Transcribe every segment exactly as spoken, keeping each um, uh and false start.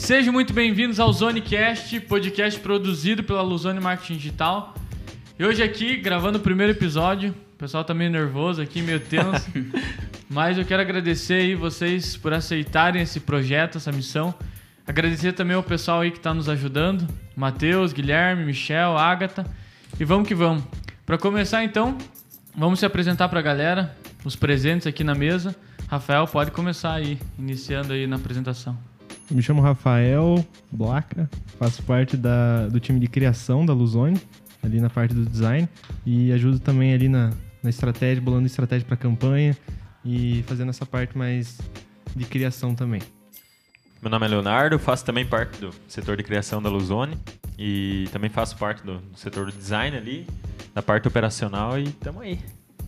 Sejam muito bem-vindos ao Zonecast, podcast produzido pela Luzone Marketing Digital. E hoje aqui, gravando o primeiro episódio, o pessoal tá meio nervoso aqui, meio tenso, mas eu quero agradecer aí vocês por aceitarem esse projeto, essa missão. Agradecer também ao pessoal aí que está nos ajudando, Matheus, Guilherme, Michel, Ágata, e vamos que vamos. Para começar então, vamos se apresentar para a galera, os presentes aqui na mesa. Rafael, pode começar aí, iniciando aí na apresentação. Eu me chamo Rafael Blaca, faço parte da, do time de criação da Luzone, ali na parte do design, e ajudo também ali na, na estratégia, bolando estratégia para a campanha e fazendo essa parte mais de criação também. Meu nome é Leonardo, faço também parte do setor de criação da Luzone e também faço parte do, do setor do design ali, da parte operacional, e estamos aí.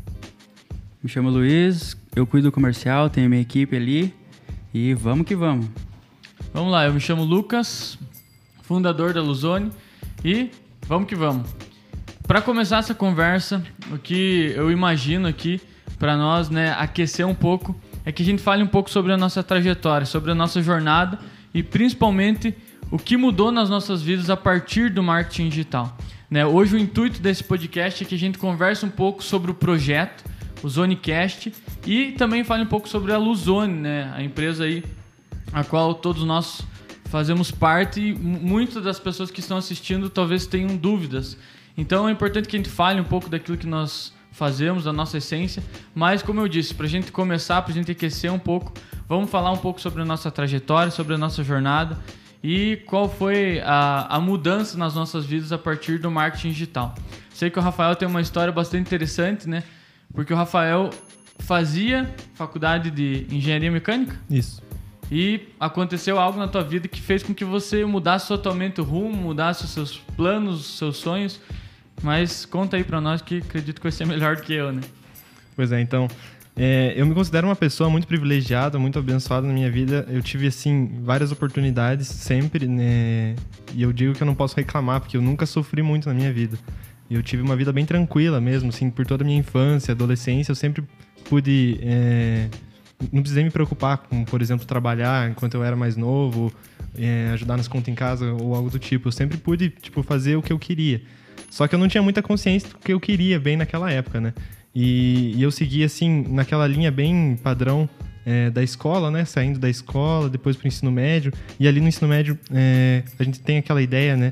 Me chamo Luiz, eu cuido do comercial, tenho minha equipe ali e vamos que vamos. Vamos lá, eu me chamo Lucas, fundador da Luzone, e vamos que vamos. Para começar essa conversa, o que eu imagino aqui para nós, né, aquecer um pouco, é que a gente fale um pouco sobre a nossa trajetória, sobre a nossa jornada e principalmente o que mudou nas nossas vidas a partir do marketing digital. Né? Hoje o intuito desse podcast é que a gente converse um pouco sobre o projeto, o Zonecast, e também fale um pouco sobre a Luzone, né? A empresa aí a qual todos nós fazemos parte e muitas das pessoas que estão assistindo talvez tenham dúvidas. Então é importante que a gente fale um pouco daquilo que nós fazemos, da nossa essência, mas como eu disse, para a gente começar, para a gente aquecer um pouco, vamos falar um pouco sobre a nossa trajetória, sobre a nossa jornada e qual foi a, a mudança nas nossas vidas a partir do marketing digital. Sei que o Rafael tem uma história bastante interessante, né? Porque o Rafael fazia faculdade de engenharia mecânica? Isso. E aconteceu algo na tua vida que fez com que você mudasse totalmente o rumo, mudasse os seus planos, os seus sonhos. Mas conta aí pra nós que acredito que vai ser melhor do que eu, né? Pois é, então, é, eu me considero uma pessoa muito privilegiada, muito abençoada na minha vida. Eu tive, assim, várias oportunidades sempre, né? E eu digo que eu não posso reclamar, porque eu nunca sofri muito na minha vida. Eu tive uma vida bem tranquila mesmo, assim, por toda a minha infância, adolescência. Eu sempre pude... É, não precisei me preocupar com, por exemplo, trabalhar enquanto eu era mais novo, é, ajudar nas contas em casa ou algo do tipo. Eu sempre pude, tipo, fazer o que eu queria. Só que eu não tinha muita consciência do que eu queria bem naquela época, né? E, e eu seguia, assim, naquela linha bem padrão é, da escola, né? Saindo da escola, depois pro ensino médio. E ali no ensino médio, é, a gente tem aquela ideia, né?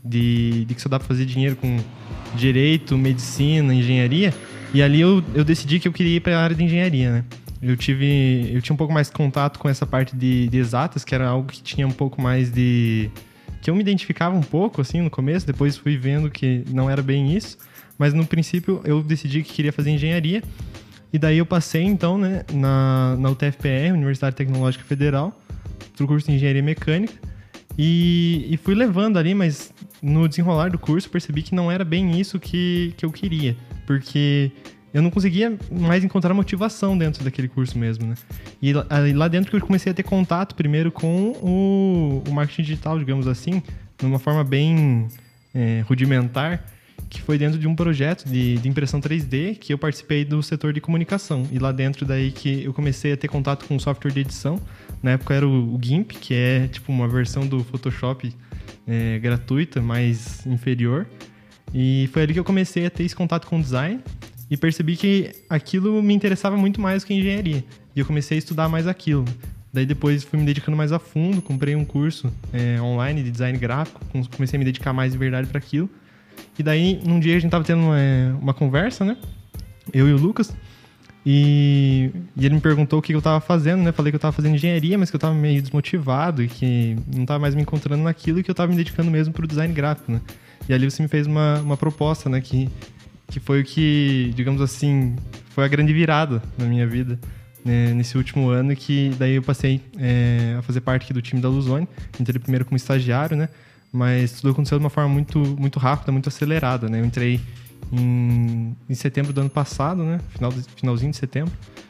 De, de que só dá pra fazer dinheiro com direito, medicina, engenharia. E ali eu, eu decidi que eu queria ir pra área de engenharia, né? Eu tive, eu tinha um pouco mais de contato com essa parte de, de exatas, que era algo que tinha um pouco mais de... que eu me identificava um pouco, assim, no começo. Depois fui vendo que não era bem isso. Mas, no princípio, eu decidi que queria fazer engenharia. E daí eu passei, então, né, na, na U T F P R, Universidade Tecnológica Federal, pro curso de Engenharia Mecânica. E, e fui levando ali, mas no desenrolar do curso percebi que não era bem isso que, que eu queria. Porque... eu não conseguia mais encontrar motivação dentro daquele curso mesmo, né? E lá dentro que eu comecei a ter contato primeiro com o, o marketing digital, digamos assim, de uma forma bem é, rudimentar, que foi dentro de um projeto de, de impressão três D que eu participei do setor de comunicação. E lá dentro daí que eu comecei a ter contato com o software de edição. Na época era o, o GIMP, que é tipo uma versão do Photoshop é, gratuita, mais inferior. E foi ali que eu comecei a ter esse contato com o design. E percebi que aquilo me interessava muito mais que a engenharia. E eu comecei a estudar mais aquilo. Daí depois fui me dedicando mais a fundo, comprei um curso é, online de design gráfico, comecei a me dedicar mais de verdade para aquilo. E daí, num dia a gente tava tendo uma, uma conversa, né? Eu e o Lucas. E, e ele me perguntou o que eu tava fazendo, né? Falei que eu tava fazendo engenharia, mas que eu tava meio desmotivado e que não tava mais me encontrando naquilo e que eu tava me dedicando mesmo pro design gráfico, né? E ali você me fez uma, uma proposta, né? Que... que foi o que, digamos assim, foi a grande virada na minha vida, né, nesse último ano, que daí eu passei é, a fazer parte aqui do time da Luzone. Entrei primeiro como estagiário, né, mas tudo aconteceu de uma forma muito, muito rápida, muito acelerada, né. Eu entrei em, em setembro do ano passado, né, final, finalzinho de setembro,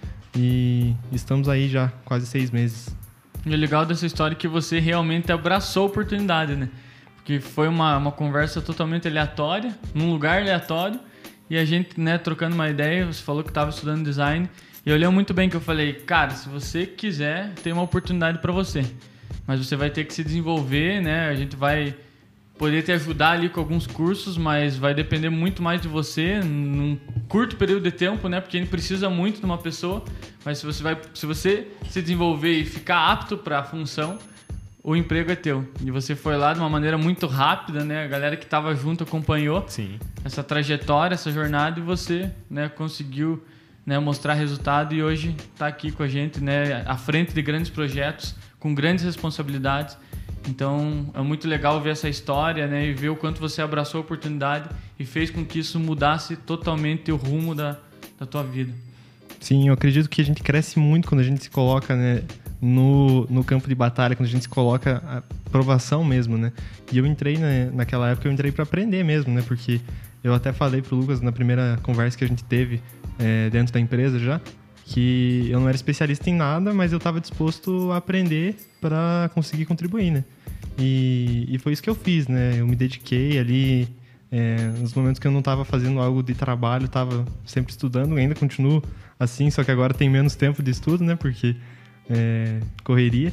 e estamos aí já quase seis meses. E o legal dessa história é que você realmente abraçou a oportunidade, né, porque foi uma, uma conversa totalmente aleatória, num lugar aleatório. E a gente, né, trocando uma ideia, você falou que estava estudando design. E eu lembro muito bem que eu falei, cara, se você quiser, tem uma oportunidade para você. mas você vai ter que se desenvolver, né? A gente vai poder te ajudar ali com alguns cursos, mas vai depender muito mais de você num curto período de tempo, né? Porque a gente precisa muito de uma pessoa, mas se você vai, se você se desenvolver e ficar apto para a função, o emprego é teu. E você foi lá de uma maneira muito rápida, né? A galera que estava junto acompanhou Sim. essa trajetória, essa jornada, e você, né, conseguiu, né, mostrar resultado e hoje está aqui com a gente, né, à frente de grandes projetos, com grandes responsabilidades. Então é muito legal ver essa história, né, e ver o quanto você abraçou a oportunidade e fez com que isso mudasse totalmente o rumo da, da tua vida. Sim, eu acredito que a gente cresce muito quando a gente se coloca, né, no, no campo de batalha, quando a gente se coloca a provação mesmo, né? E eu entrei, né, naquela época, eu entrei para aprender mesmo, né? Porque eu até falei pro Lucas na primeira conversa que a gente teve é, dentro da empresa já, que eu não era especialista em nada, mas eu estava disposto a aprender para conseguir contribuir, né? E, e foi isso que eu fiz, né? Eu me dediquei ali, é, nos momentos que eu não estava fazendo algo de trabalho, estava sempre estudando, ainda continuo assim, só que agora tem menos tempo de estudo, né? Porque é, correria,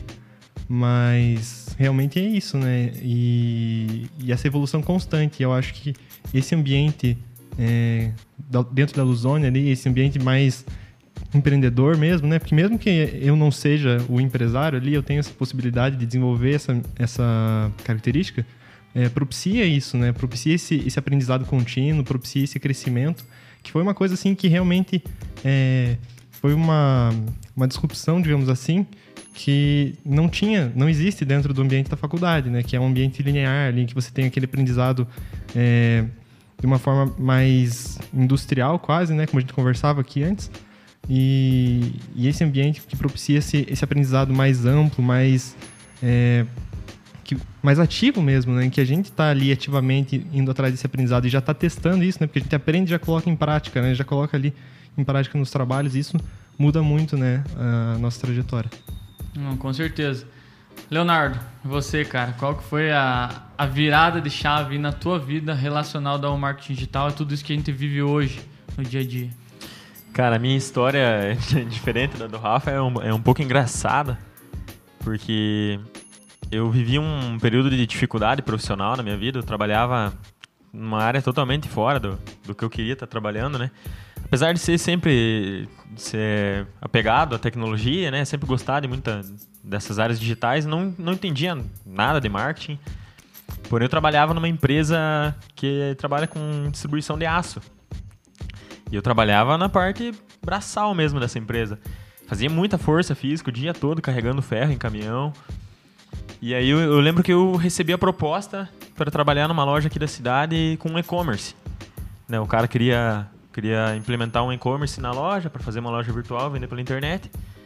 mas realmente é isso, né? E, e essa evolução constante, eu acho que esse ambiente é, dentro da Luzone ali, esse ambiente mais empreendedor mesmo, né? Porque mesmo que eu não seja o empresário ali, eu tenho essa possibilidade de desenvolver essa, essa característica, é, propicia isso, né? Propicia esse, esse aprendizado contínuo, propicia esse crescimento, que foi uma coisa assim que realmente é, foi uma, uma disrupção, digamos assim, que não tinha, não existe dentro do ambiente da faculdade, né? Que é um ambiente linear, ali, em que você tem aquele aprendizado é, de uma forma mais industrial quase, né? Como a gente conversava aqui antes. E, e esse ambiente que propicia esse, esse aprendizado mais amplo, mais, é, que, mais ativo mesmo, né? Em que a gente está ali ativamente indo atrás desse aprendizado e já está testando isso, né? Porque a gente aprende e já coloca em prática, né? Já coloca ali em prática nos trabalhos, e isso muda muito, né, a nossa trajetória. Não, com certeza. Leonardo, você, cara, qual que foi a, a virada de chave na tua vida relacionada ao marketing digital e tudo isso que a gente vive hoje, no dia a dia? Cara, a minha história é diferente da do Rafa, é um, é um pouco engraçada, porque eu vivi um período de dificuldade profissional na minha vida, eu trabalhava numa área totalmente fora do, do que eu queria estar trabalhando, né? Apesar de ser sempre ser apegado à tecnologia, né? Sempre gostar de muita dessas áreas digitais, não, não entendia nada de marketing. Porém, eu trabalhava numa empresa que trabalha com distribuição de aço. E eu trabalhava na parte braçal mesmo dessa empresa. Fazia muita força física o dia todo, carregando ferro em caminhão. E aí eu, eu lembro que eu recebi a proposta para trabalhar numa loja aqui da cidade com e-commerce. Né? O cara queria... Queria implementar um e-commerce na loja para fazer uma loja virtual, vender pela internet.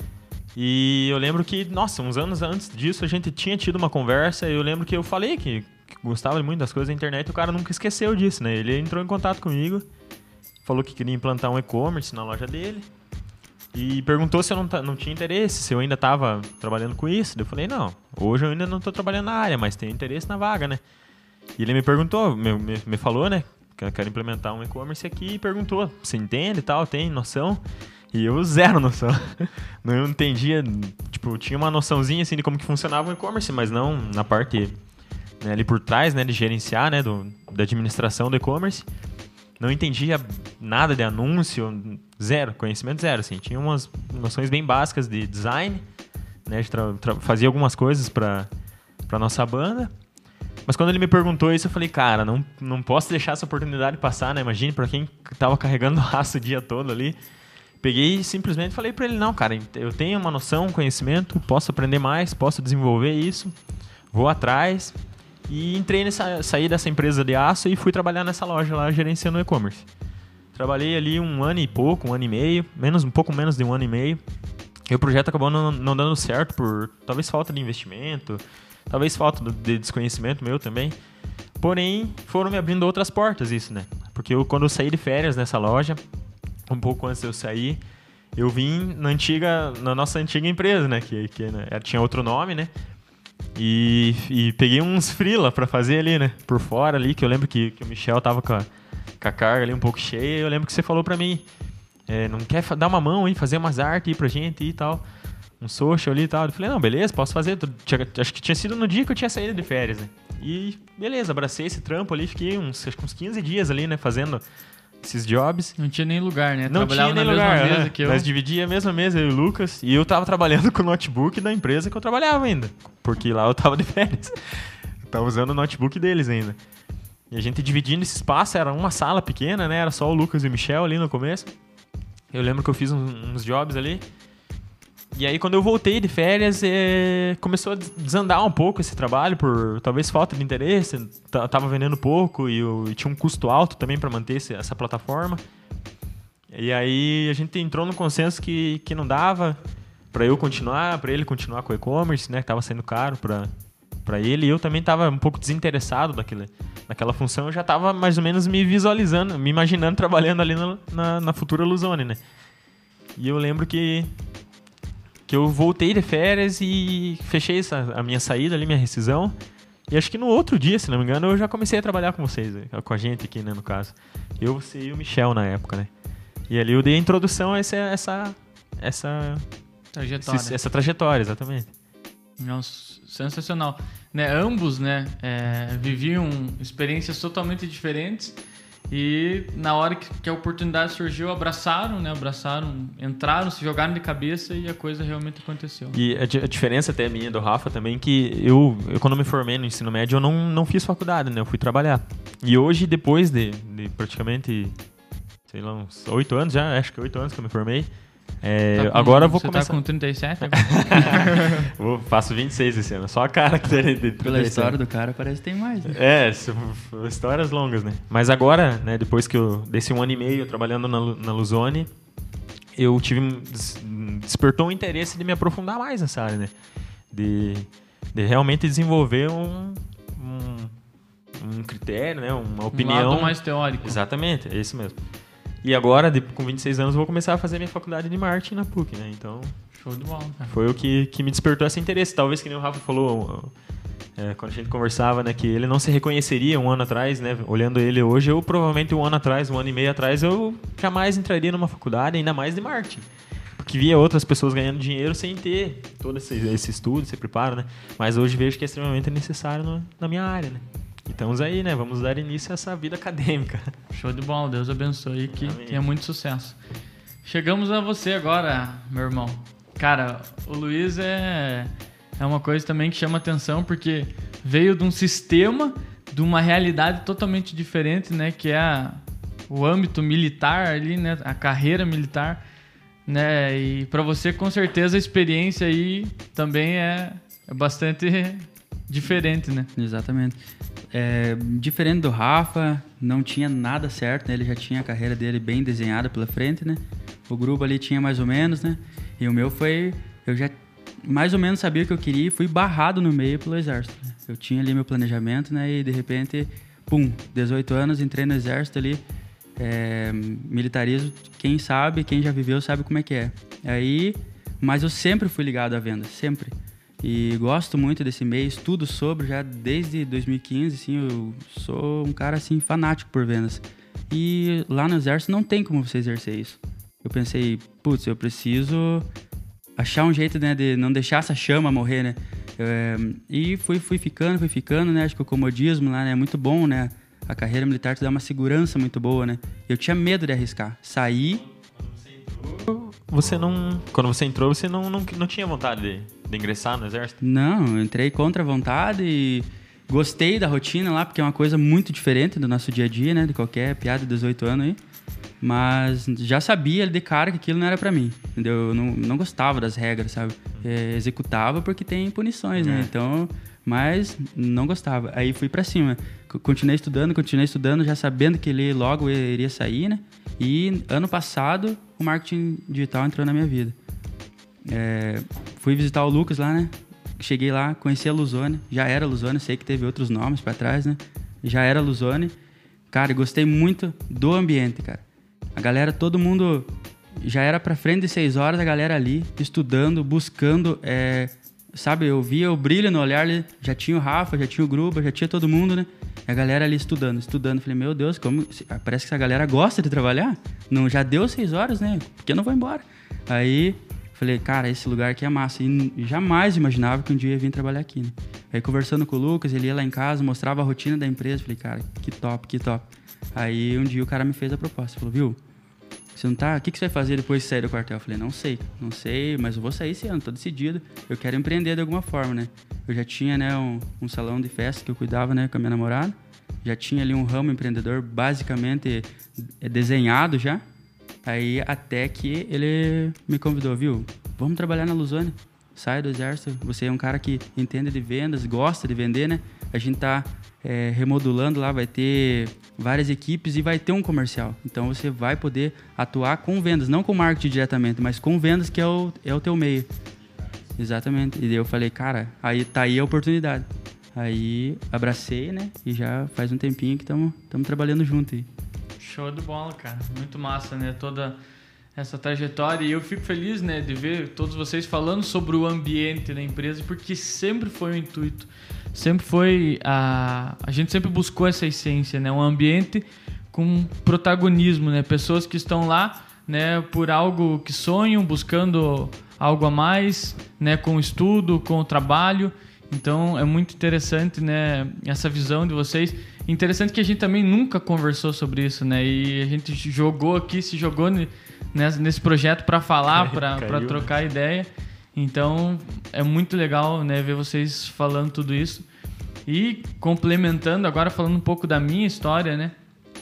E eu lembro que, nossa, uns anos antes disso a gente tinha tido uma conversa. E eu lembro que eu falei que, que gostava muito das coisas da internet e o cara nunca esqueceu disso, né? Ele entrou em contato comigo, falou que queria implantar um e-commerce na loja dele e perguntou se eu não, não tinha interesse, se eu ainda estava trabalhando com isso. Eu falei, não, hoje eu ainda não estou trabalhando na área, mas tenho interesse na vaga, né? E ele me perguntou, me, me, me falou, né? Que eu quero implementar um e-commerce aqui e perguntou, você entende e tal, tem noção? E eu zero noção. Não entendia, tipo, tinha uma noçãozinha assim de como que funcionava o e-commerce, mas não na parte, né, ali por trás, né, de gerenciar, né, do, da administração do e-commerce. Não entendia nada de anúncio, zero, conhecimento zero, assim. Tinha umas noções bem básicas de design, né, de tra- tra- fazia algumas coisas para para nossa banda. Mas quando ele me perguntou isso, eu falei, cara, não, não posso deixar essa oportunidade passar, né? Imagine pra quem tava carregando aço o dia todo ali. Peguei e simplesmente falei pra ele, não, cara, eu tenho uma noção, um conhecimento, posso aprender mais, posso desenvolver isso, vou atrás. E entrei nessa, saí dessa empresa de aço e fui trabalhar nessa loja lá, gerenciando o e-commerce. Trabalhei ali um ano e pouco, um ano e meio, menos, um pouco menos de um ano e meio. E o projeto acabou não, não dando certo por talvez falta de investimento, talvez falta de desconhecimento meu também. Porém, foram me abrindo outras portas isso, né? Porque eu, quando eu saí de férias nessa loja, um pouco antes de eu sair, eu vim na, antiga, na nossa antiga empresa, né? Que, que né, tinha outro nome, né? E, e peguei uns freela pra fazer ali, né? Por fora ali, que eu lembro que, que o Michel tava com a, com a carga ali um pouco cheia. E eu lembro que você falou pra mim, é, não quer dar uma mão aí, fazer umas artes aí pra gente e tal. um social ali e tal. Eu falei, não, beleza, posso fazer. Tinha, acho que tinha sido no dia que eu tinha saído de férias, né? E beleza, abracei esse trampo ali, fiquei uns, acho que uns quinze dias ali, né, fazendo esses jobs. Não tinha nem lugar, né? Não Trabalhava tinha nem na lugar, mesma mesa né? que eu. Nós dividíamos a mesma mesa, eu e o Lucas, e eu tava trabalhando com o notebook da empresa que eu trabalhava ainda, porque lá eu tava de férias. Eu tava usando o notebook deles ainda. E a gente dividindo esse espaço, era uma sala pequena, né? Era só o Lucas e o Michel ali no começo. Eu lembro que eu fiz uns, uns jobs ali. E aí, quando eu voltei de férias, é, começou a desandar um pouco esse trabalho, por talvez falta de interesse. T- tava vendendo pouco e, eu, e tinha um custo alto também para manter esse, essa plataforma. E aí, a gente entrou no consenso que, que não dava para eu continuar, para ele continuar com o e-commerce, né? Que tava sendo caro para para ele. E eu também tava um pouco desinteressado daquele, daquela função. Eu já tava mais ou menos me visualizando, me imaginando trabalhando ali na, na, na futura Luzone, né? E eu lembro que... que eu voltei de férias e fechei essa, a minha saída ali, minha rescisão. E acho que no outro dia, se não me engano, eu já comecei a trabalhar com vocês, com a gente aqui, né, no caso. Eu, você e o Michel na época, né? E ali eu dei a introdução a essa... essa, essa Trajetória. esse, essa trajetória, exatamente. Nossa, sensacional. Né, ambos, né, é, viviam experiências totalmente diferentes e na hora que, que a oportunidade surgiu, abraçaram, né, abraçaram, entraram, se jogaram de cabeça e a coisa realmente aconteceu. E a, a diferença até minha do Rafa também, que eu, eu quando me formei no ensino médio, eu não, não fiz faculdade, né, eu fui trabalhar. E hoje, depois de, de praticamente, sei lá, uns oito anos já, acho que oito anos que eu me formei, É, tá com, agora eu vou você começar... Você tá com trinta e sete agora? Vou, faço vinte e seis esse ano. Só a cara que tem de trinta e sete. Pela história do cara, parece que tem mais, né? É, histórias longas, né? Mas agora, né, depois que eu... Desse um ano e meio trabalhando na, na Luzone, eu tive... Despertou um interesse de me aprofundar mais nessa área, né? De, de realmente desenvolver um... um um critério, né? Uma opinião... Um lado mais teórico. Exatamente, é isso mesmo. E agora, de, com vinte e seis anos, eu vou começar a fazer minha faculdade de marketing na P U C, né? Então, show de bola, cara. Foi o que, que me despertou esse interesse. Talvez, que nem o Rafa falou, é, quando a gente conversava, né? Que ele não se reconheceria um ano atrás, né? Olhando ele hoje, eu provavelmente um ano atrás, um ano e meio atrás, eu jamais entraria numa faculdade, ainda mais de marketing. Porque via outras pessoas ganhando dinheiro sem ter todo esse, esse estudo, esse preparo, né? Mas hoje vejo que é extremamente necessário no, na minha área, né? E estamos aí, né? Vamos dar início a essa vida acadêmica. Show de bola. Deus abençoe e que Amém. Tenha muito sucesso. Chegamos a você agora, meu irmão. Cara, o Luiz é, é uma coisa também que chama atenção, porque veio de um sistema, de uma realidade totalmente diferente, né? Que é a, o âmbito militar ali, né? A carreira militar, né? E para você, com certeza, a experiência aí também é, é bastante diferente, né? Exatamente. É, diferente do Rafa, não tinha nada certo, né? Ele já tinha a carreira dele bem desenhada pela frente, né? O grupo ali tinha mais ou menos, né? E o meu foi... Eu já mais ou menos sabia o que eu queria e fui barrado no meio pelo exército, né? Eu tinha ali meu planejamento, né? E de repente, pum, dezoito anos, entrei no exército ali. É, militarismo, quem sabe, quem já viveu sabe como é que é. Aí, mas eu sempre fui ligado à venda, sempre. E gosto muito desse meio, estudo sobre já desde dois mil e quinze, assim, eu sou um cara assim fanático por vendas. E lá no exército não tem como você exercer isso. Eu pensei, putz, eu preciso achar um jeito, né, de não deixar essa chama morrer, né? É, e fui, fui ficando, fui ficando, né? Acho que o comodismo lá, né, é muito bom, né? A carreira militar te dá uma segurança muito boa, né? Eu tinha medo de arriscar. Saí... Você não... Quando você entrou, você não, não, não tinha vontade de, de ingressar no exército? Não, eu entrei contra a vontade e gostei da rotina lá, porque é uma coisa muito diferente do nosso dia a dia, né? De qualquer piada de dezoito anos aí. Mas já sabia de cara que aquilo não era pra mim, entendeu? Eu não, não gostava das regras, sabe? É, executava porque tem punições, né? Então... Mas não gostava. Aí fui pra cima. Continuei estudando, continuei estudando, já sabendo que ele logo iria sair, né? E ano passado, o marketing digital entrou na minha vida. É, fui visitar o Lucas lá, né? Cheguei lá, conheci a Luzone. Já era Luzone, sei que teve outros nomes pra trás, né? Já era Luzone. Cara, gostei muito do ambiente, cara. A galera, todo mundo... Já era pra frente de seis horas, a galera ali, estudando, buscando... É, sabe, eu via o brilho no olhar ali, já tinha o Rafa, já tinha o Gruba, já tinha todo mundo, né? E a galera ali estudando, estudando. Falei, meu Deus, como... parece que essa galera gosta de trabalhar. Não, já deu seis horas, né? Por que eu não vou embora? Aí Falei, cara, esse lugar aqui é massa. E jamais imaginava que um dia ia vir trabalhar aqui, né? Aí conversando com o Lucas, ele ia lá em casa, mostrava a rotina da empresa. Falei, cara, que top, que top. Aí um dia o cara me fez a proposta. Falou, viu, você não tá... O que, que você vai fazer depois de sair do quartel? Eu falei, não sei, não sei, mas eu vou sair esse ano, tô decidido. Eu quero empreender de alguma forma, né? Eu já tinha, né, um, um salão de festa que eu cuidava, né, com a minha namorada. Já tinha ali um ramo empreendedor basicamente desenhado já. Aí até que ele me convidou, viu? Vamos trabalhar na Luzone. Sai do exército. Você é um cara que entende de vendas, gosta de vender, né? A gente tá é, remodulando lá, vai ter várias equipes e vai ter um comercial. Então você vai poder atuar com vendas, não com marketing diretamente, mas com vendas, que é o, é o teu meio. Exatamente. E daí eu falei, cara, aí tá aí a oportunidade. Aí abracei, né? E já faz um tempinho que estamos trabalhando junto aí. Show de bola, cara. Muito massa, né? Toda essa trajetória. E eu fico feliz, né, de ver todos vocês falando sobre o ambiente da empresa, porque sempre foi o intuito. Sempre foi... A, a gente sempre buscou essa essência, né? Um ambiente com protagonismo, né? Pessoas que estão lá, né, por algo que sonham, buscando algo a mais, né? Com o estudo, com o trabalho. Então, é muito interessante, né, essa visão de vocês. Interessante que a gente também nunca conversou sobre isso, né? E a gente jogou aqui, se jogou nesse projeto para falar, para trocar ideia. Então, é muito legal, né, ver vocês falando tudo isso. E complementando, agora falando um pouco da minha história, né?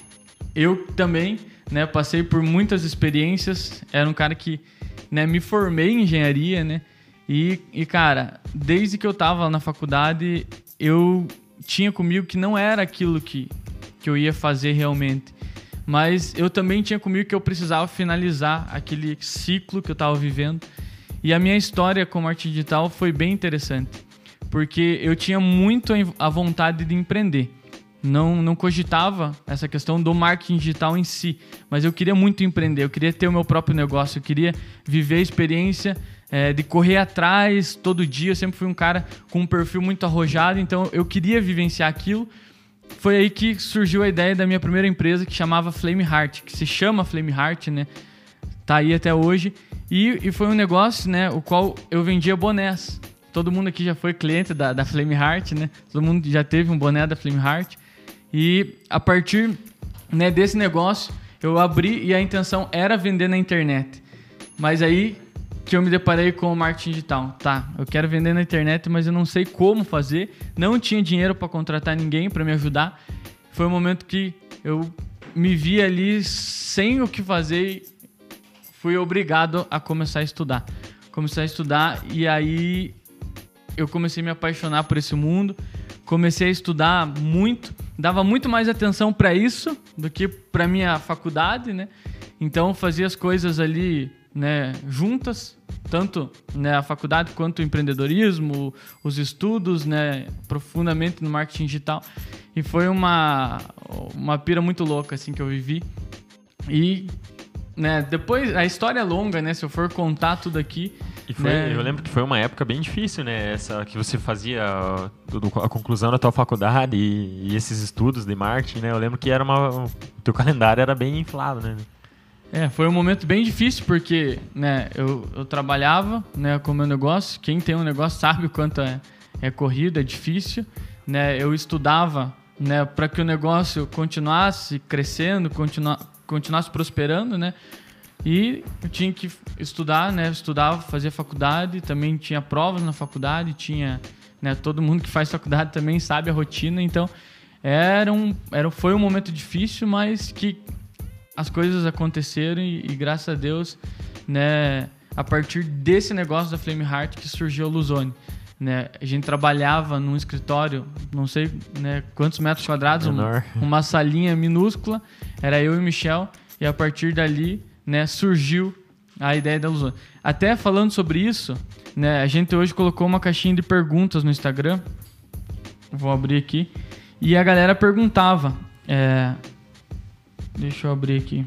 Eu também, né, passei por muitas experiências. Era um cara que, né, me formei em engenharia, né? E, e, cara, desde que eu tava na faculdade, eu tinha comigo que não era aquilo que, que eu ia fazer realmente. Mas eu também tinha comigo que eu precisava finalizar aquele ciclo que eu tava vivendo. E a minha história com marketing digital foi bem interessante, porque eu tinha muito a vontade de empreender. Não, não cogitava essa questão do marketing digital em si, mas eu queria muito empreender, eu queria ter o meu próprio negócio, eu queria viver a experiência é, de correr atrás todo dia. Eu sempre fui um cara com um perfil muito arrojado, então eu queria vivenciar aquilo. Foi aí que surgiu a ideia da minha primeira empresa, que chamava Flame Heart, que se chama Flame Heart, né? Tá aí até hoje. E, e foi um negócio, né, o qual eu vendia bonés. Todo mundo aqui já foi cliente da, da Flame Heart, né? Todo mundo já teve um boné da Flame Heart. E a partir, né, desse negócio, eu abri e a intenção era vender na internet. Mas aí que eu me deparei com o marketing digital. Tá, eu quero vender na internet, mas eu não sei como fazer. Não tinha dinheiro para contratar ninguém para me ajudar. Foi um momento que eu me vi ali sem o que fazer e fui obrigado a começar a estudar. Comecei a estudar e aí eu comecei a me apaixonar por esse mundo. Comecei a estudar muito, dava muito mais atenção para isso do que para minha faculdade, né? Então fazia as coisas ali, né, juntas, tanto, né, a faculdade quanto o empreendedorismo, os estudos, né, profundamente no marketing digital. E foi uma uma pira muito louca assim que eu vivi. E, né, depois a história é longa, né? Se eu for contar tudo aqui. E foi, né? Eu lembro que foi uma época bem difícil, né? Essa que você fazia a, a conclusão da tua faculdade e, e esses estudos de marketing, né? Eu lembro que era uma, o teu calendário era bem inflado, né? É, foi um momento bem difícil porque, né, eu, eu trabalhava, né, com o meu negócio. Quem tem um negócio sabe o quanto é, é corrido, é difícil, né? Eu estudava, né, para que o negócio continuasse crescendo, continua, continuasse prosperando, né? E eu tinha que estudar, né? Eu estudava, fazia faculdade, também tinha provas na faculdade, tinha, né, todo mundo que faz faculdade também sabe a rotina. Então, era um, era, foi um momento difícil, mas que as coisas aconteceram e, e graças a Deus, né, a partir desse negócio da Flame Heart que surgiu a Luzone. Né? A gente trabalhava num escritório, não sei, né, quantos metros quadrados, um, uma salinha minúscula, era eu e o Michel, e a partir dali, né, surgiu a ideia da Luzone. Até falando sobre isso, né, a gente hoje colocou uma caixinha de perguntas no Instagram. Vou abrir aqui. E a galera perguntava. É, deixa eu abrir aqui.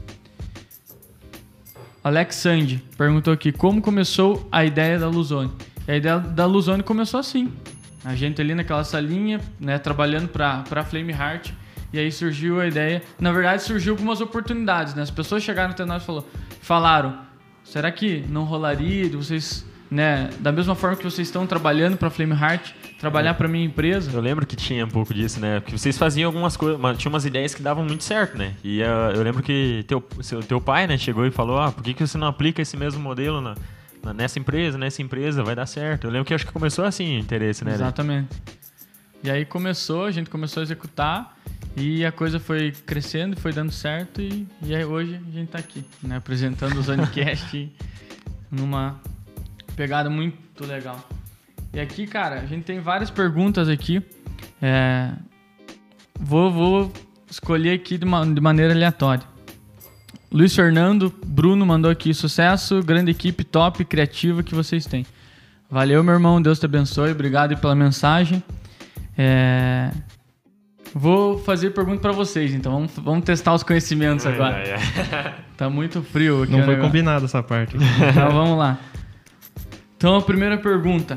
Alex Sandy perguntou aqui: como começou a ideia da Luzone? A ideia da Luzone começou assim. A gente ali naquela salinha, né, trabalhando para a Flame Heart. E aí surgiu a ideia. Na verdade, surgiu algumas oportunidades, né? As pessoas chegaram até nós e falou, falaram: será que não rolaria de vocês, né, da mesma forma que vocês estão trabalhando para Flame Heart, trabalhar para minha empresa? Eu lembro que tinha um pouco disso, né? Porque vocês faziam algumas coisas, tinha umas ideias que davam muito certo, né? E uh, eu lembro que teu, seu, teu pai, né, chegou e falou, ah, por que, que você não aplica esse mesmo modelo na, na, nessa empresa, nessa empresa, vai dar certo. Eu lembro que acho que começou assim o interesse, né? Exatamente. E aí começou, a gente começou a executar e a coisa foi crescendo, foi dando certo e, e aí hoje a gente tá aqui, né, apresentando o Zonicast numa pegada muito legal. E aqui, cara, a gente tem várias perguntas aqui. É, vou, vou escolher aqui de, uma, de maneira aleatória. Luiz Fernando, Bruno mandou aqui, sucesso, grande equipe, top, criativa que vocês têm. Valeu, meu irmão, Deus te abençoe, obrigado aí pela mensagem. É... Vou fazer pergunta pra vocês, então vamos, vamos testar os conhecimentos agora. É, é. Tá muito frio aqui. Não foi combinado essa parte. Então vamos lá. Então a primeira pergunta.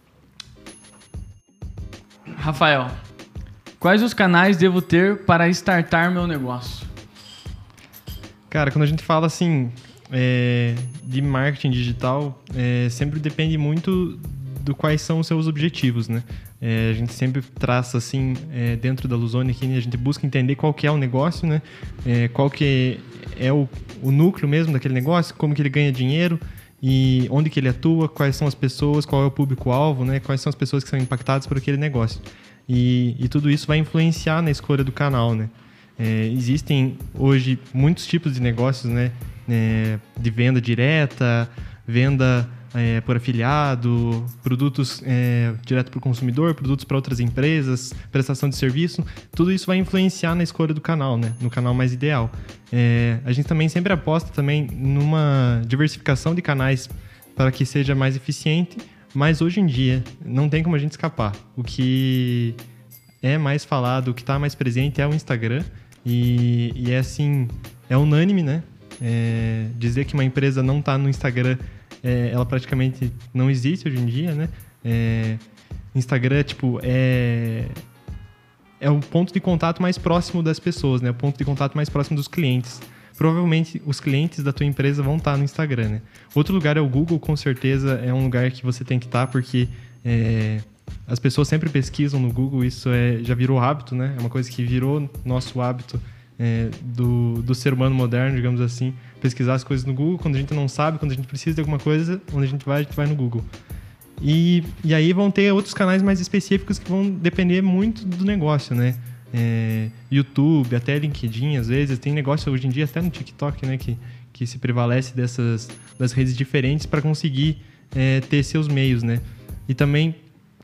Rafael, quais os canais devo ter para startar meu negócio? Cara, quando a gente fala assim é, de marketing digital, é, sempre depende muito do quais são os seus objetivos, né? É, a gente sempre traça assim, é, dentro da Luzone aqui, a gente busca entender qual que é o negócio, né? É, qual que é o, o núcleo mesmo daquele negócio, como que ele ganha dinheiro e onde que ele atua, quais são as pessoas, qual é o público-alvo, né? Quais são as pessoas que são impactadas por aquele negócio. E, e tudo isso vai influenciar na escolha do canal, né? É, existem hoje muitos tipos de negócios, né? É, de venda direta, venda é, por afiliado, produtos é, direto para o consumidor, produtos para outras empresas, prestação de serviço. Tudo isso vai influenciar na escolha do canal, né? No canal mais ideal. É, a gente também sempre aposta também numa diversificação de canais para que seja mais eficiente, mas hoje em dia não tem como a gente escapar. O que é mais falado, o que está mais presente é o Instagram e, e é assim, é unânime, né? É, dizer que uma empresa não está no Instagram, é, ela praticamente não existe hoje em dia, né? É, Instagram, tipo, é, é o ponto de contato mais próximo das pessoas, né? O ponto de contato mais próximo dos clientes. Provavelmente os clientes da tua empresa vão estar no Instagram, né? Outro lugar é o Google, com certeza é um lugar que você tem que estar, porque é, as pessoas sempre pesquisam no Google, isso é, já virou hábito, né? É uma coisa que virou nosso hábito é, do, do ser humano moderno, digamos assim, pesquisar as coisas no Google. Quando a gente não sabe, quando a gente precisa de alguma coisa, onde a gente vai, a gente vai no Google. E, e aí vão ter outros canais mais específicos que vão depender muito do negócio, né? É, YouTube, até LinkedIn, às vezes. Tem negócio hoje em dia, até no TikTok, né? Que, que se prevalece dessas das redes diferentes para conseguir é, ter seus meios, né? E também,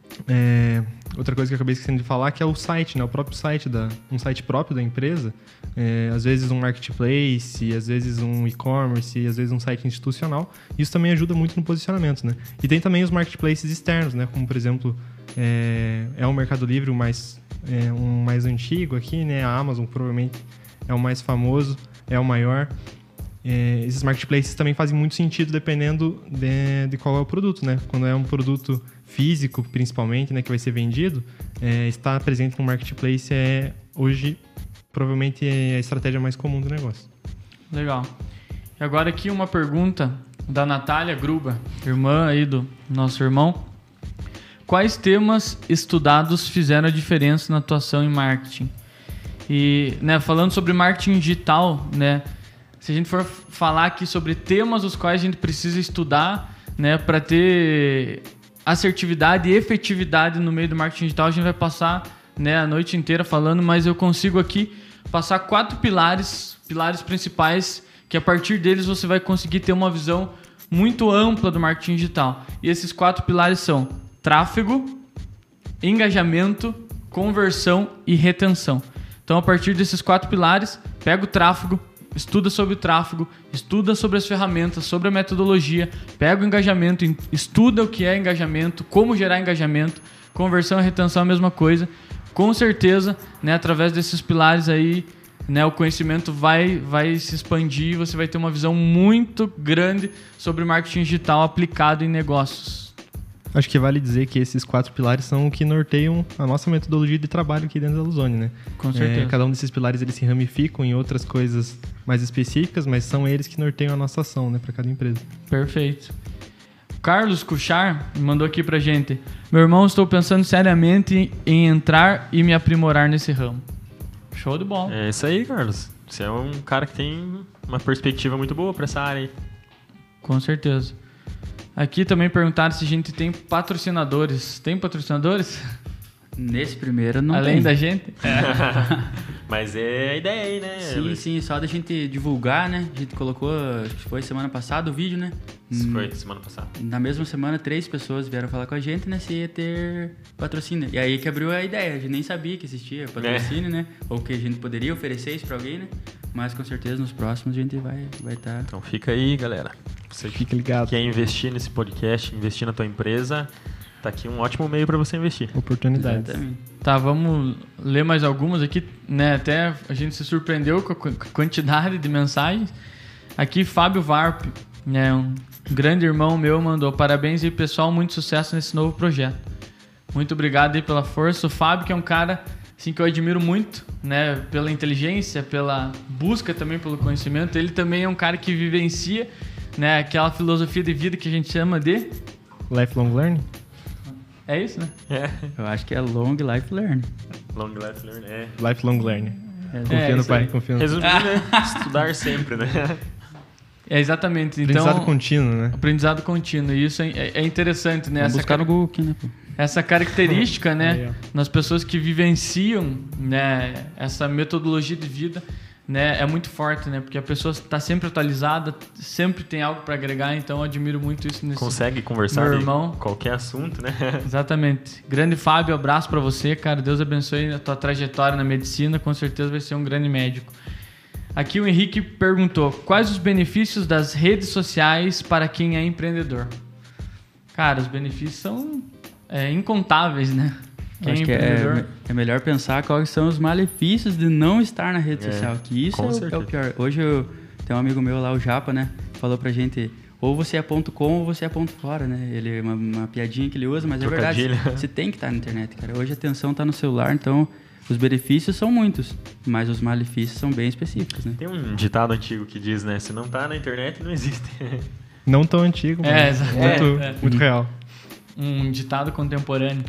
é, outra coisa que eu acabei esquecendo de falar, que é o site, né? O próprio site, da, um site próprio da empresa. É, às vezes um marketplace, às vezes um e-commerce, às vezes um site institucional. Isso também ajuda muito no posicionamento, né? E tem também os marketplaces externos, né? Como, por exemplo, é, é o Mercado Livre, o mais, é, um mais antigo aqui, né? A Amazon provavelmente é o mais famoso, é o maior. É, esses marketplaces também fazem muito sentido dependendo de, de qual é o produto, né? Quando é um produto físico, principalmente, né, que vai ser vendido, é, estar presente no marketplace é, hoje, provavelmente é a estratégia mais comum do negócio. Legal. E agora aqui uma pergunta da Natália Gruba, irmã aí do nosso irmão. Quais temas estudados fizeram a diferença na atuação em marketing? E, né, falando sobre marketing digital, né, se a gente for falar aqui sobre temas os quais a gente precisa estudar, né, para ter assertividade e efetividade no meio do marketing digital, a gente vai passar, né, a noite inteira falando, mas eu consigo aqui passar quatro pilares, pilares principais, que a partir deles você vai conseguir ter uma visão muito ampla do marketing digital. E esses quatro pilares são tráfego, engajamento, conversão e retenção. Então, a partir desses quatro pilares, pega o tráfego, estuda sobre o tráfego, estuda sobre as ferramentas, sobre a metodologia, pega o engajamento, estuda o que é engajamento, como gerar engajamento, conversão e retenção é a mesma coisa. Com certeza, né, através desses pilares aí, né, o conhecimento vai, vai se expandir e você vai ter uma visão muito grande sobre marketing digital aplicado em negócios. Acho que vale dizer que esses quatro pilares são o que norteiam a nossa metodologia de trabalho aqui dentro da Luzone, né? Com certeza. É, cada um desses pilares eles se ramificam em outras coisas mais específicas, mas são eles que norteiam a nossa ação, né, para cada empresa. Perfeito. Carlos Cuchar mandou aqui pra gente: meu irmão, estou pensando seriamente em entrar e me aprimorar nesse ramo. Show de bola. É isso aí, Carlos. Você é um cara que tem uma perspectiva muito boa pra essa área aí. Com certeza. Aqui também perguntaram se a gente tem patrocinadores. Tem patrocinadores? Nesse primeiro não Além tem. da gente? Mas é a ideia aí, né? Sim, Luiz? sim, só da gente divulgar, né? A gente colocou, acho que foi semana passada o vídeo, né? Isso Hum, foi semana passada. Na mesma semana, três pessoas vieram falar com a gente, né? Se ia ter patrocínio. E aí que abriu a ideia. A gente nem sabia que existia patrocínio, É. né? Ou que a gente poderia oferecer isso pra alguém, né? Mas com certeza nos próximos a gente vai estar... Vai tá... Então fica aí, galera. Você que Fica ligado. quer investir nesse podcast, investir na tua empresa, tá aqui um ótimo meio para você investir. Oportunidades. Exatamente. Tá, vamos ler mais algumas aqui, né? Até a gente se surpreendeu com a qu- quantidade de mensagens. Aqui, Fábio Varp, né? Um grande irmão meu, mandou: parabéns aí, pessoal, muito sucesso nesse novo projeto. Muito obrigado aí pela força. O Fábio, que é um cara assim, que eu admiro muito, né? Pela inteligência, pela busca também pelo conhecimento. Ele também é um cara que vivencia, né? Aquela filosofia de vida que a gente chama de... Lifelong Learning? É isso, né? É. Eu acho que é Long Life Learn. Long life learn. É. Lifelong Learning. É, Confia É, no isso pai, aí. confia no Resumindo, né? Estudar sempre, né? É exatamente. Então, Aprendizado contínuo, né? aprendizado contínuo. E isso é, é interessante, né? Vamos Essa, buscar no car- Google aqui, né, pô? essa característica, Aí, né? ó. Nas pessoas que vivenciam, né? Essa metodologia de vida, né? É muito forte, né? Porque a pessoa está sempre atualizada, sempre tem algo para agregar. Então, eu admiro muito isso nesse... Consegue conversar Meu de irmão. qualquer assunto, né? Exatamente. Grande Fábio, abraço para você, cara. Deus abençoe a tua trajetória na medicina. Com certeza vai ser um grande médico. Aqui o Henrique perguntou: quais os benefícios das redes sociais para quem é empreendedor? Cara, os benefícios são é, incontáveis, né? Quem Acho é que é, empreendedor... é melhor pensar quais são os malefícios de não estar na rede É, social. Que isso com é o, é certeza. o pior. Hoje eu tenho um amigo meu lá, o Japa, né? Falou pra gente: ou você é ponto com ou você é ponto fora, né? Ele é uma, uma piadinha que ele usa, mas é verdade. Trocadilho. Você tem que estar na internet, cara. Hoje a atenção tá no celular, então os benefícios são muitos, mas os malefícios são bem específicos, né? Tem um ditado antigo que diz, né? Se não tá na internet, não existe. Não tão antigo, É, mas exato. muito, É, é. muito real. Um ditado contemporâneo.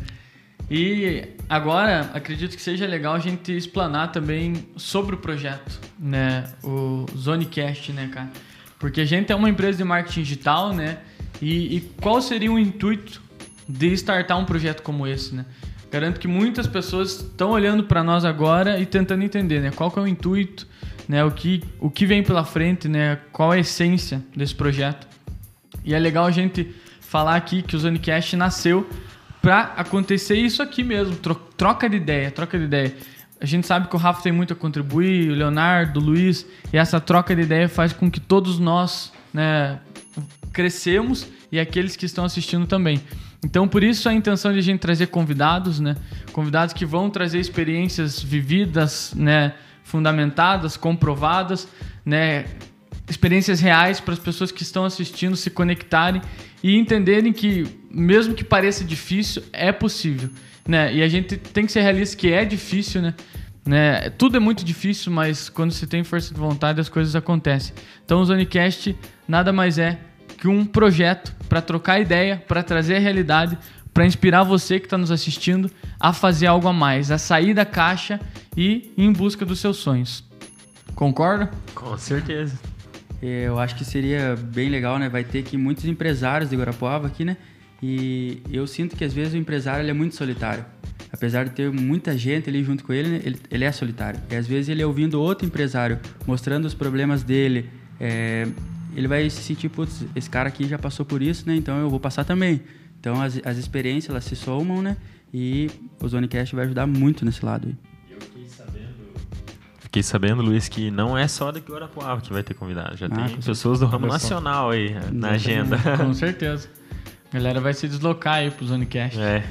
E agora, acredito que seja legal a gente explanar também sobre o projeto, né? O Zonecast, né, cara? Porque a gente é uma empresa de marketing digital, né? E, e qual seria o intuito de startar um projeto como esse, né? Garanto que muitas pessoas estão olhando para nós agora e tentando entender, né? Qual que é o intuito, né? O que, o que vem pela frente, né? Qual é a essência desse projeto. E é legal a gente falar aqui que o Zonecast nasceu para acontecer isso aqui mesmo, tro- troca de ideia, troca de ideia. A gente sabe que o Rafa tem muito a contribuir, o Leonardo, o Luiz, e essa troca de ideia faz com que todos nós, né, crescemos e aqueles que estão assistindo também. Então, por isso a intenção de a gente trazer convidados, né, convidados que vão trazer experiências vividas, né, fundamentadas, comprovadas, né, experiências reais para as pessoas que estão assistindo se conectarem e entenderem que, mesmo que pareça difícil, é possível, né? E a gente tem que ser realista que é difícil, né? né? Tudo é muito difícil, mas quando se tem força de vontade, as coisas acontecem. Então, o Zonecast nada mais é que um projeto para trocar ideia, para trazer a realidade, para inspirar você que está nos assistindo a fazer algo a mais, a sair da caixa e ir em busca dos seus sonhos. Concorda? Com certeza. Eu acho que seria bem legal, né? Vai ter aqui muitos empresários de Guarapuava aqui, né? E eu sinto que às vezes o empresário ele é muito solitário. Apesar de ter muita gente ali junto com ele, né? ele, ele é solitário. E às vezes ele é ouvindo outro empresário, mostrando os problemas dele, é, ele vai se sentir, putz, esse cara aqui já passou por isso, né? Então eu vou passar também. Então as, as experiências, elas se somam, né? E o Zonecast vai ajudar muito nesse lado aí. Fiquei sabendo, Luiz, que não é só daqui Guarapuava que vai ter convidado. Já Ah, tem com pessoas do ramo Olha só. nacional aí na Exatamente. agenda. Com certeza. A galera vai se deslocar aí pro Zonecast. É.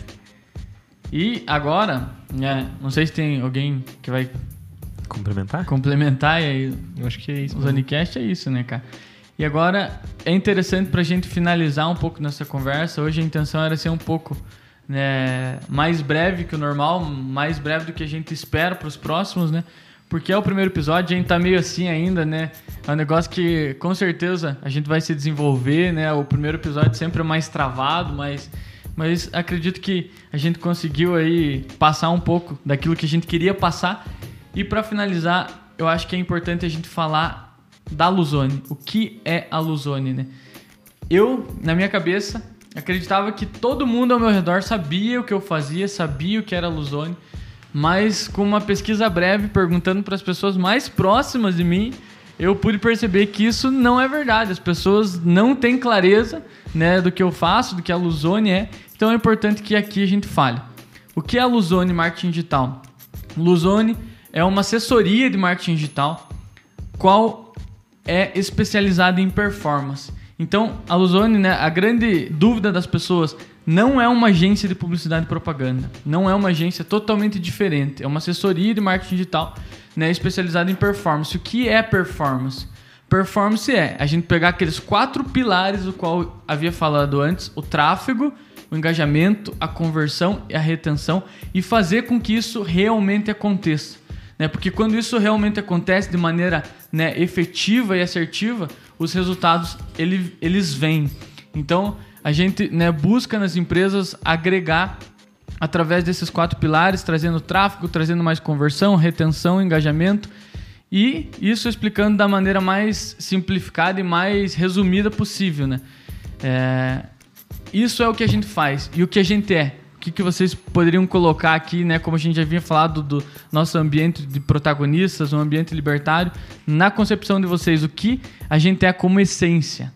E agora, né, não sei se tem alguém que vai Complementar? complementar aí. Eu acho que é isso. O Zonecast é isso, né, cara? E agora é interessante para a gente finalizar um pouco nessa conversa. Hoje a intenção era ser um pouco, né, mais breve que o normal, mais breve do que a gente espera para os próximos, né? Porque é o primeiro episódio, a gente tá meio assim ainda, né? É um negócio que com certeza a gente vai se desenvolver, né? O primeiro episódio sempre é mais travado, mas, mas acredito que a gente conseguiu aí passar um pouco daquilo que a gente queria passar. E para finalizar, eu acho que é importante a gente falar da Luzone. O que é a Luzone, né? Eu, na minha cabeça, acreditava que todo mundo ao meu redor sabia o que eu fazia, sabia o que era a Luzone. Mas com uma pesquisa breve, perguntando para as pessoas mais próximas de mim, eu pude perceber que isso não é verdade. As pessoas não têm clareza, né, do que eu faço, do que a Luzone é. Então é importante que aqui a gente fale. O que é a Luzone Marketing Digital? Luzone é uma assessoria de marketing digital, qual é especializada em performance. Então, a Luzone, né, a grande dúvida das pessoas, não é uma agência de publicidade e propaganda. Não é uma agência totalmente diferente. É uma assessoria de marketing digital, né, especializada em performance. O que é performance? Performance é a gente pegar aqueles quatro pilares do qual eu havia falado antes, o tráfego, o engajamento, a conversão e a retenção, e fazer com que isso realmente aconteça. Né? Porque quando isso realmente acontece de maneira, né, efetiva e assertiva, os resultados ele, eles vêm. Então, a gente, né, busca nas empresas agregar através desses quatro pilares, trazendo tráfego, trazendo mais conversão, retenção, engajamento, e isso explicando da maneira mais simplificada e mais resumida possível, né? É, isso é o que a gente faz. E o que a gente é? O que, que vocês poderiam colocar aqui, né? Como a gente já havia falado do nosso ambiente de protagonistas, um ambiente libertário, na concepção de vocês, o que a gente é como essência?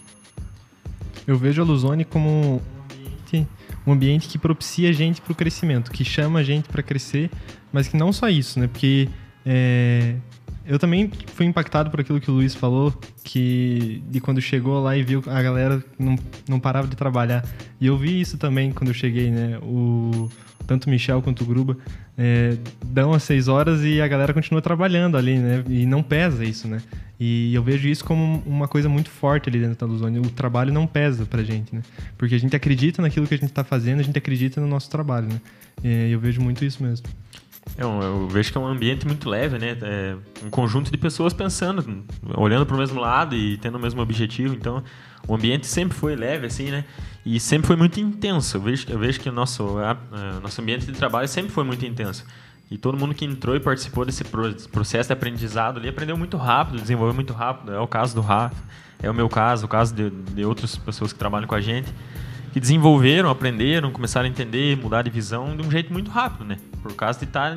Eu vejo a Luzone como um ambiente, um ambiente que propicia a gente para o crescimento, que chama a gente para crescer, mas que não só isso, né? Porque é, eu também fui impactado por aquilo que o Luiz falou, que de quando chegou lá e viu a galera não, não parava de trabalhar. E eu vi isso também quando eu cheguei, né? O, tanto o Michel quanto o Gruba é, dão as seis horas e a galera continua trabalhando ali, né? E não pesa isso, né? E eu vejo isso como uma coisa muito forte ali dentro da Luzone. O trabalho não pesa pra gente, né? Porque a gente acredita naquilo que a gente tá fazendo, a gente acredita no nosso trabalho, né? E eu vejo muito isso mesmo. Eu, eu vejo que é um ambiente muito leve, né? É um conjunto de pessoas pensando, olhando para o mesmo lado e tendo o mesmo objetivo. Então, o ambiente sempre foi leve, assim, né? E sempre foi muito intenso. Eu vejo, eu vejo que o nosso, a, a, nosso ambiente de trabalho sempre foi muito intenso. E todo mundo que entrou e participou desse processo de aprendizado ali aprendeu muito rápido, desenvolveu muito rápido. É o caso do Rafa, é o meu caso, o caso de, de outras pessoas que trabalham com a gente, que desenvolveram, aprenderam, começaram a entender, mudar de visão de um jeito muito rápido, né? Por causa de estar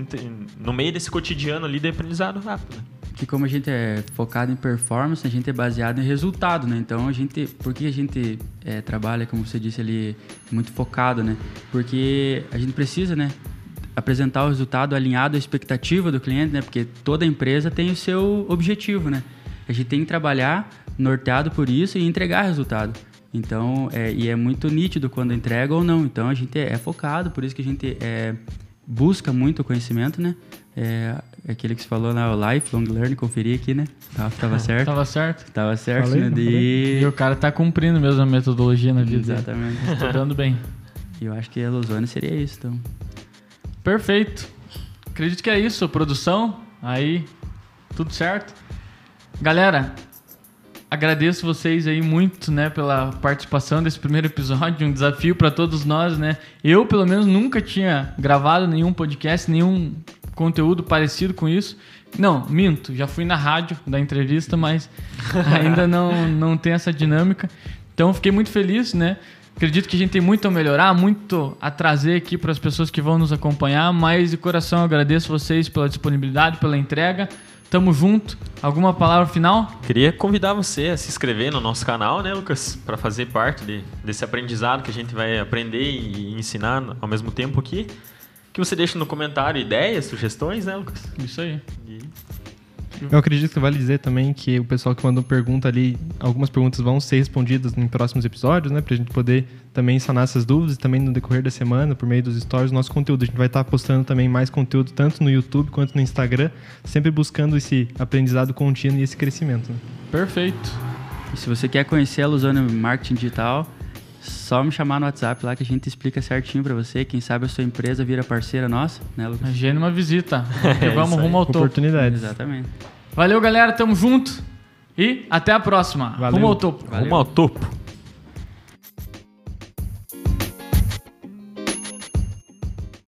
no meio desse cotidiano ali de aprendizado rápido, né? Que como a gente é focado em performance, a gente é baseado em resultado, né? Então, a gente... Por que a gente é, trabalha, como você disse ali, muito focado, né? Porque a gente precisa, né, apresentar o resultado alinhado à expectativa do cliente, né? Porque toda empresa tem o seu objetivo, né? A gente tem que trabalhar norteado por isso e entregar resultado. Então, é, e é muito nítido quando entrega ou não. Então, a gente é, é focado, por isso que a gente é, busca muito o conhecimento, né? É, é aquele que você falou lá, o Lifelong Learning, conferi aqui, né? Tava, tava certo. Tava certo. Tava certo, Falei, né? não De... E o cara tá cumprindo mesmo a metodologia na vida. Exatamente. Tá dando bem. E eu acho que a Luzone seria isso, então. Perfeito. Acredito que é isso, produção. Aí, tudo certo. Galera, agradeço vocês aí muito, né, pela participação desse primeiro episódio, um desafio para todos nós, né? Eu, pelo menos, nunca tinha gravado nenhum podcast, nenhum conteúdo parecido com isso. Não, minto, já fui na rádio da entrevista, mas ainda não, não tem essa dinâmica. Então, fiquei muito feliz, né? Acredito que a gente tem muito a melhorar, muito a trazer aqui para as pessoas que vão nos acompanhar, mas de coração eu agradeço vocês pela disponibilidade, pela entrega. Tamo junto. Alguma palavra final? Queria convidar você a se inscrever no nosso canal, né, Lucas? Para fazer parte de, desse aprendizado que a gente vai aprender e ensinar ao mesmo tempo aqui. Que você deixe no comentário ideias, sugestões, né, Lucas? Isso aí. E... Eu acredito que vale dizer também que o pessoal que mandou pergunta ali, algumas perguntas vão ser respondidas em próximos episódios, né? Pra gente poder também sanar essas dúvidas, também no decorrer da semana, por meio dos stories, do nosso conteúdo. A gente vai estar postando também mais conteúdo, tanto no YouTube quanto no Instagram, sempre buscando esse aprendizado contínuo e esse crescimento, né? Perfeito. E se você quer conhecer a Luzone Marketing Digital, só me chamar no WhatsApp lá que a gente explica certinho pra você. Quem sabe a sua empresa vira parceira nossa, né, Lucas? Agenda uma visita. É, vamos rumo ao topo. Oportunidades. Exatamente. Valeu, galera. Tamo junto. E até a próxima. Valeu. Rumo ao topo. Rumo ao topo.